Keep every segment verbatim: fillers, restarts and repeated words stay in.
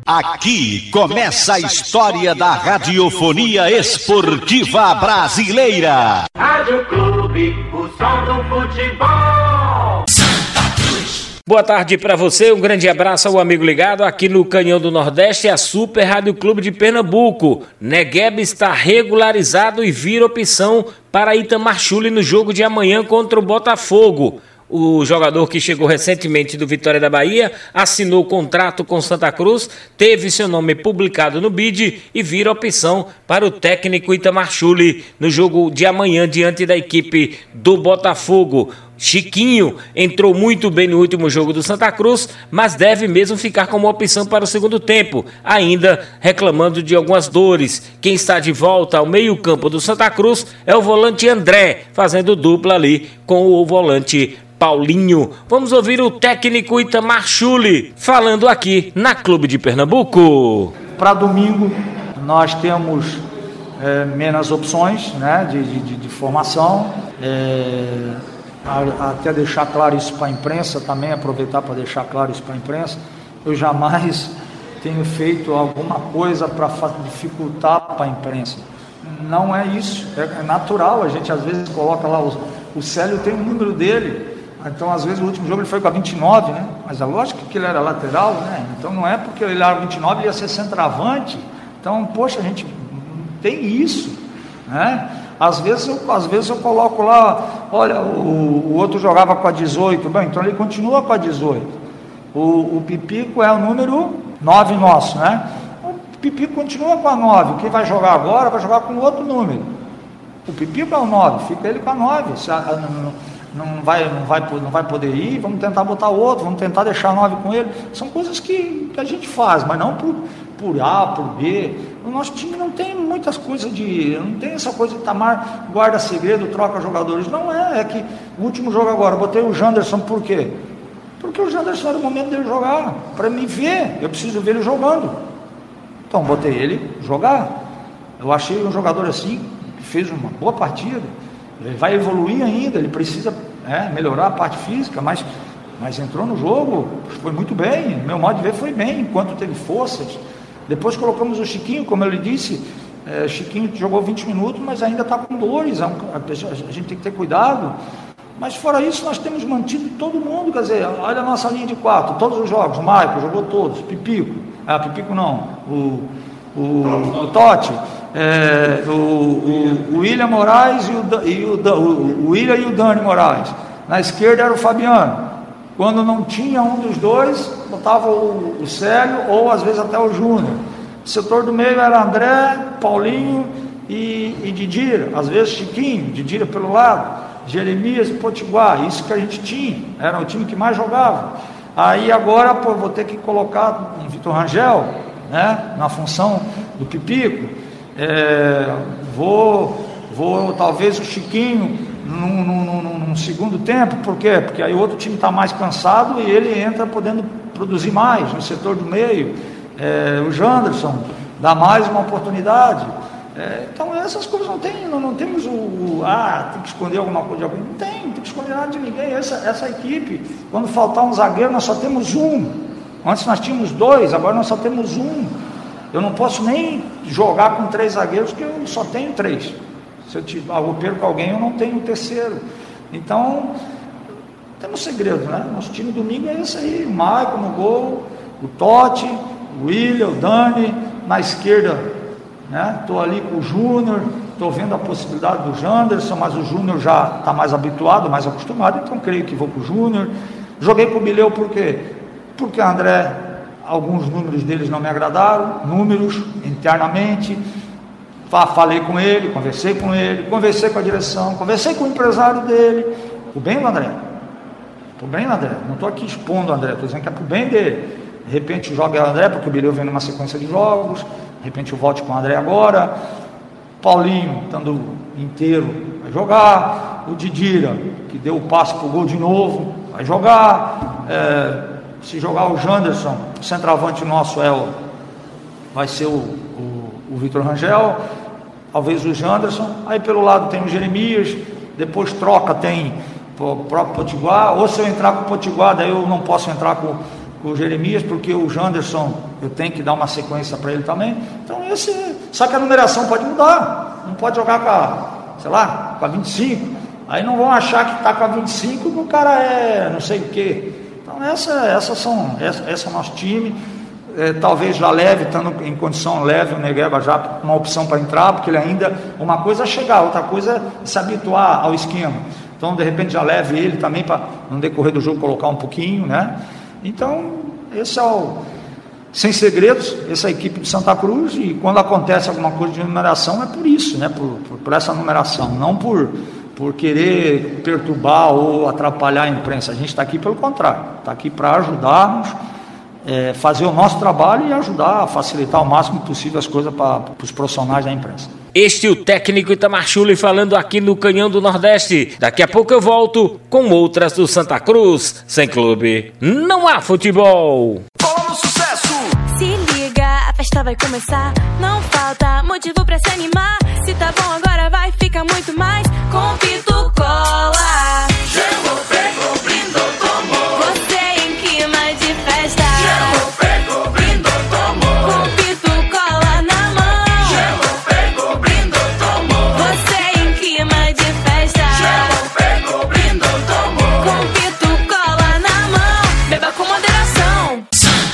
Aqui começa a história da radiofonia esportiva brasileira. Rádio Clube, o som do futebol. Santa Cruz. Boa tarde para você, um grande abraço ao amigo ligado aqui no Canhão do Nordeste, a Super Rádio Clube de Pernambuco. Negueba está regularizado e vira opção para Itamar Schulli no jogo de amanhã contra o Botafogo. O jogador que chegou recentemente do Vitória da Bahia assinou contrato com Santa Cruz, teve seu nome publicado no B I D e vira opção para o técnico Itamar Schulli no jogo de amanhã diante da equipe do Botafogo. Chiquinho entrou muito bem no último jogo do Santa Cruz, mas deve mesmo ficar como opção para o segundo tempo, ainda reclamando de algumas dores. Quem está de volta ao meio-campo do Santa Cruz é o volante André, fazendo dupla ali com o volante Paulinho. Vamos ouvir o técnico Itamar Schulli falando aqui na Clube de Pernambuco. Para domingo nós temos é, menos opções, né, de, de, de formação. É, a, até deixar claro isso para a imprensa também, aproveitar para deixar claro isso para a imprensa. Eu jamais tenho feito alguma coisa para dificultar para a imprensa. Não é isso, é, é natural. A gente às vezes coloca lá, o, o Célio tem o número dele. Então, às vezes, o último jogo ele foi com a vinte e nove, né? Mas é lógico que ele era lateral, né? Então, não é porque ele era vinte e nove, ele ia ser centroavante. Então, poxa, a gente tem isso, né? Às vezes eu, às vezes eu coloco lá, olha, o, o outro jogava com a dezoito, bem, então ele continua com a dezoito. O, o Pipico é o número nove nosso, né? O Pipico continua com a nove. Quem vai jogar agora vai jogar com outro número. O Pipico é o nove, fica ele com a nove. Se a, não, Não vai, não, vai, não vai poder ir, vamos tentar botar outro, vamos tentar deixar nove com ele. São coisas que, que a gente faz, mas não por, por A, por B. O nosso time não tem muitas coisas de... Não tem essa coisa de Itamar guarda segredo, troca jogadores. Não é, é que o último jogo agora, botei o Janderson, por quê? Porque o Janderson era o momento dele jogar, para me ver, eu preciso ver ele jogando. Então botei ele jogar. Eu achei um jogador assim, que fez uma boa partida. Ele vai evoluir ainda, ele precisa é, melhorar a parte física, mas, mas entrou no jogo, foi muito bem, meu modo de ver foi bem, enquanto teve forças. Depois colocamos o Chiquinho, como eu lhe disse, é, Chiquinho jogou vinte minutos, mas ainda está com dores, a, a, a gente tem que ter cuidado. Mas fora isso, nós temos mantido todo mundo, quer dizer, olha a nossa linha de quatro, todos os jogos, o Maicon jogou todos, Pipico, ah, Pipico não, o, o, o Totti, É, o, o, o William Moraes e, o, e o, o, o William e o Dani Moraes. Na esquerda era o Fabiano. Quando não tinha um dos dois, botava o, o Célio ou às vezes até o Júnior. O setor do meio era André, Paulinho e, e Didira. Às vezes Chiquinho, Didira pelo lado, Jeremias e Potiguar. Isso que a gente tinha, era o time que mais jogava. Aí agora pô, vou ter que colocar um Vitor Rangel, né, na função do Pipico. É, vou, vou talvez o Chiquinho num, num, num, num segundo tempo, por quê? Porque aí o outro time está mais cansado e ele entra podendo produzir mais no setor do meio. É, o Janderson dá mais uma oportunidade. É, então essas coisas não tem, não, não temos o, o ah, tem que esconder alguma coisa de alguém, não tem, não tem que esconder nada de ninguém. Essa, essa equipe, quando faltar um zagueiro, nós só temos um. Antes nós tínhamos dois, agora nós só temos um. Eu não posso nem jogar com três zagueiros, porque eu só tenho três. Se eu, te, ah, eu perco alguém, eu não tenho o terceiro. Então, temos segredo, né? Nosso time domingo é esse aí. O Maicon no gol, o Totti, o William, o Dani. Na esquerda, né? Estou ali com o Júnior, estou vendo a possibilidade do Janderson, mas o Júnior já está mais habituado, mais acostumado, então creio que vou com o Júnior. Joguei com o Bileu por quê? Porque o André... Alguns números deles não me agradaram, números internamente. Falei com ele, conversei com ele, conversei com a direção, conversei com o empresário dele. Pro bem do André. Pro bem do André. Não estou aqui expondo o André, estou dizendo que é pro bem dele. De repente joga o André, porque o Bileu vem numa sequência de jogos. De repente eu volte com o André agora. Paulinho, estando inteiro, vai jogar. O Didira, que deu o passe pro gol de novo, vai jogar. É... Se jogar o Janderson, o centroavante nosso é o, vai ser o, o, o Vitor Rangel, talvez o Janderson. Aí pelo lado tem o Jeremias, depois troca, tem o próprio Potiguar. Ou se eu entrar com o Potiguar, daí eu não posso entrar com, com o Jeremias, porque o Janderson eu tenho que dar uma sequência para ele também. Então esse, só que a numeração pode mudar, não pode jogar com a, sei lá, com a vinte e cinco, aí não vão achar que está com a vinte e cinco que o cara é não sei o quê. Então essa, essa são, essa, esse é o nosso time. É, talvez já leve, estando em condição leve, o Negueba já uma opção para entrar, porque ele ainda, uma coisa é chegar, outra coisa é se habituar ao esquema. Então, de repente, já leve ele também para, no decorrer do jogo, colocar um pouquinho, né? Então, esse é o, sem segredos, essa é a equipe de Santa Cruz, e quando acontece alguma coisa de numeração, é por isso, né? Por, por, por essa numeração, não por, por querer perturbar ou atrapalhar a imprensa. A gente está aqui pelo contrário, está aqui para ajudarmos, É, fazer o nosso trabalho e ajudar a facilitar o máximo possível as coisas para os profissionais da imprensa. Este é o técnico Itamar Schulli falando aqui no Canhão do Nordeste. Daqui a pouco eu volto com outras do Santa Cruz. Sem clube, não há futebol. Cola no sucesso! Se liga, a festa vai começar. Não falta motivo pra se animar. Se tá bom agora vai ficar muito mais. Com Pito Cola. Chegou, pegou, brindou, tomou. Você em clima de festa. Chegou, pegou, brindou, tomou. Com Pito Cola na mão. Chegou, pegou, brindou, tomou. Você em clima de festa. Chegou, pegou, brindou, tomou. Com Pito Cola na mão. Beba com moderação.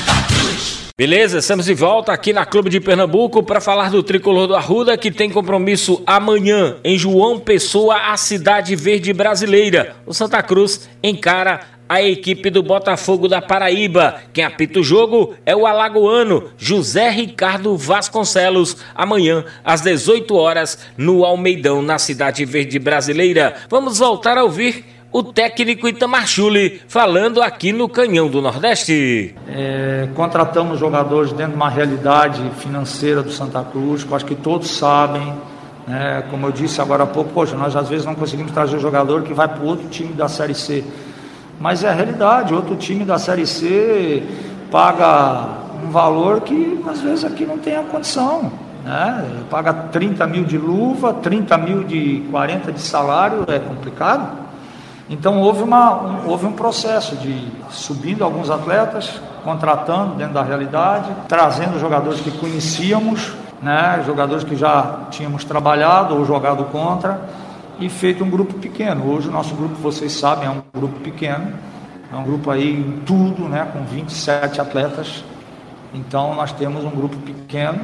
Beleza, estamos de volta aqui na Clube de Pernambuco para falar do Tricolor do Arruda, que tem compromisso amanhã em João Pessoa, a cidade verde brasileira. O Santa Cruz encara a equipe do Botafogo da Paraíba. Quem apita o jogo é o alagoano José Ricardo Vasconcelos, amanhã às dezoito horas no Almeidão, na cidade verde brasileira. Vamos voltar a ouvir o técnico Itamar Schulli falando aqui no Canhão do Nordeste. É, contratamos jogadores dentro de uma realidade financeira do Santa Cruz, que eu acho que todos sabem, né? Como eu disse agora há pouco, poxa, nós às vezes não conseguimos trazer jogador que vai para o outro time da Série C, mas é a realidade, outro time da Série C paga um valor que às vezes aqui não tem a condição, né? Paga trinta mil de luva, trinta mil de quarenta de salário, é complicado. Então houve, uma, um, houve um processo de subindo alguns atletas, contratando dentro da realidade, trazendo jogadores que conhecíamos, né, jogadores que já tínhamos trabalhado ou jogado contra, e feito um grupo pequeno. Hoje o nosso grupo, vocês sabem, é um grupo pequeno, é um grupo aí em tudo, né, com vinte e sete atletas. Então nós temos um grupo pequeno,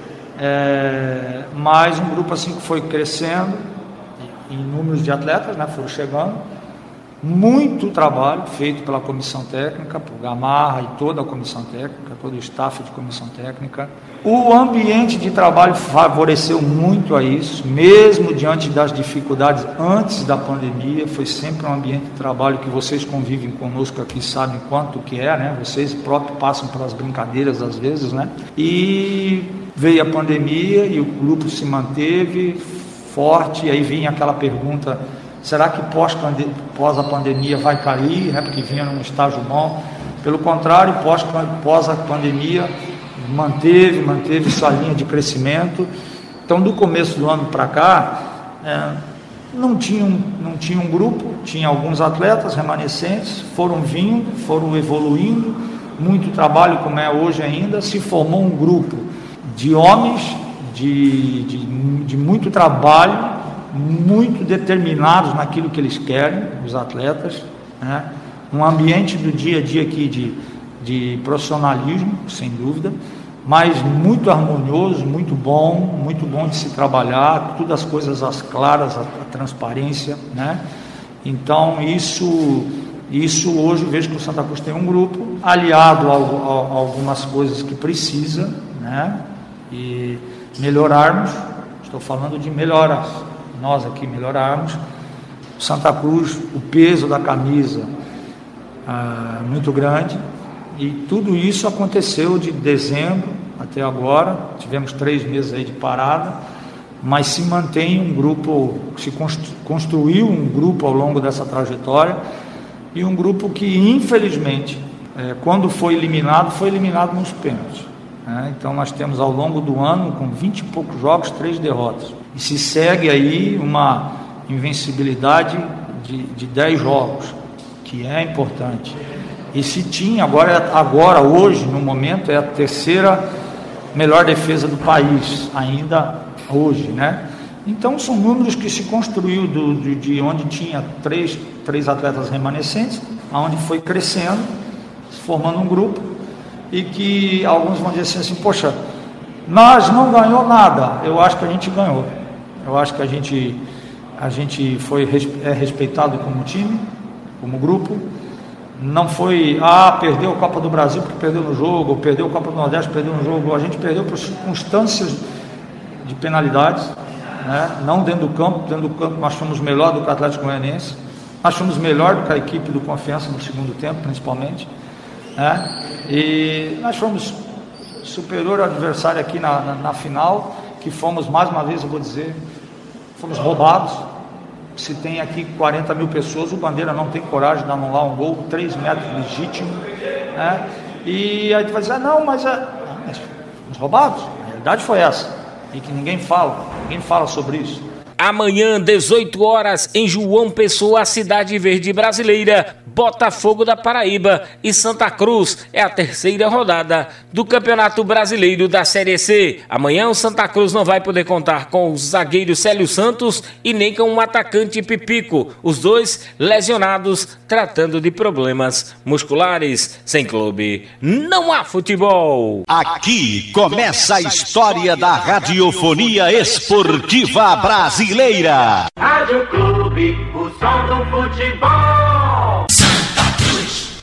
é, mas um grupo assim que foi crescendo em números de atletas, né, foram chegando. Muito trabalho feito pela comissão técnica, por Gamarra e toda a comissão técnica, todo o staff de comissão técnica. O ambiente de trabalho favoreceu muito a isso, mesmo diante das dificuldades antes da pandemia. Foi sempre um ambiente de trabalho que vocês convivem conosco aqui, sabem quanto que é, né? Vocês próprios passam pelas brincadeiras às vezes, né? E veio a pandemia e o grupo se manteve forte, e aí vinha aquela pergunta: será que pós, pós a pandemia vai cair, né? Porque vinha num estágio bom. Pelo contrário, pós, pós a pandemia manteve, manteve sua linha de crescimento. Então, do começo do ano para cá, é, não, tinha um, não tinha um grupo, tinha alguns atletas remanescentes, foram vindo, foram evoluindo, muito trabalho, como é hoje ainda, se formou um grupo de homens, de, de, de muito trabalho, muito determinados naquilo que eles querem, os atletas, né? Um ambiente do dia a dia aqui de, de profissionalismo, sem dúvida, mas muito harmonioso, muito bom, muito bom de se trabalhar, todas as coisas as claras, a, a transparência, né? Então isso, isso hoje eu vejo que o Santa Cruz tem um grupo aliado a, a, a algumas coisas que precisa, né? E melhorarmos, estou falando de melhoras, nós aqui melhorarmos. Santa Cruz, o peso da camisa ah, muito grande, e tudo isso aconteceu de dezembro até agora. Tivemos três meses aí de parada, mas se mantém um grupo, se construiu um grupo ao longo dessa trajetória, e um grupo que infelizmente, é, quando foi eliminado, foi eliminado nos pênaltis, né? Então nós temos ao longo do ano, com vinte e poucos jogos, três derrotas, e se segue aí uma invencibilidade de, de dez jogos, que é importante. E se tinha, agora, agora hoje, no momento, é a terceira melhor defesa do país, ainda hoje, né? Então são números que se construiu do, de, de onde tinha três, três atletas remanescentes, aonde foi crescendo, formando um grupo, e que alguns vão dizer assim, poxa, nós não ganhou nada. Eu acho que a gente ganhou. Eu acho que a gente, a gente foi é respeitado como time, como grupo. Não foi, ah, perdeu a Copa do Brasil porque perdeu no jogo, perdeu a Copa do Nordeste, perdeu no jogo. A gente perdeu por circunstâncias de penalidades, né? Não dentro do campo. Dentro do campo nós fomos melhor do que o Atlético Goianiense. Nós fomos melhor do que a equipe do Confiança no segundo tempo, principalmente, né? E nós fomos superior ao adversário aqui na, na, na final, que fomos, mais uma vez eu vou dizer, fomos roubados. Se tem aqui quarenta mil pessoas, o Bandeira não tem coragem de anular um gol, três metros legítimo, né? E aí tu vai dizer, ah, não, mas, é, mas fomos roubados. A realidade foi essa, e que ninguém fala, ninguém fala sobre isso. Amanhã, dezoito horas, em João Pessoa, a cidade verde brasileira, Botafogo da Paraíba e Santa Cruz. É a terceira rodada do Campeonato Brasileiro da Série C. Amanhã o Santa Cruz não vai poder contar com o zagueiro Célio Santos e nem com o atacante Pipico. Os dois lesionados, tratando de problemas musculares. Sem clube, não há futebol. Aqui começa a história da radiofonia esportiva brasileira. Rádio Clube, o som do futebol.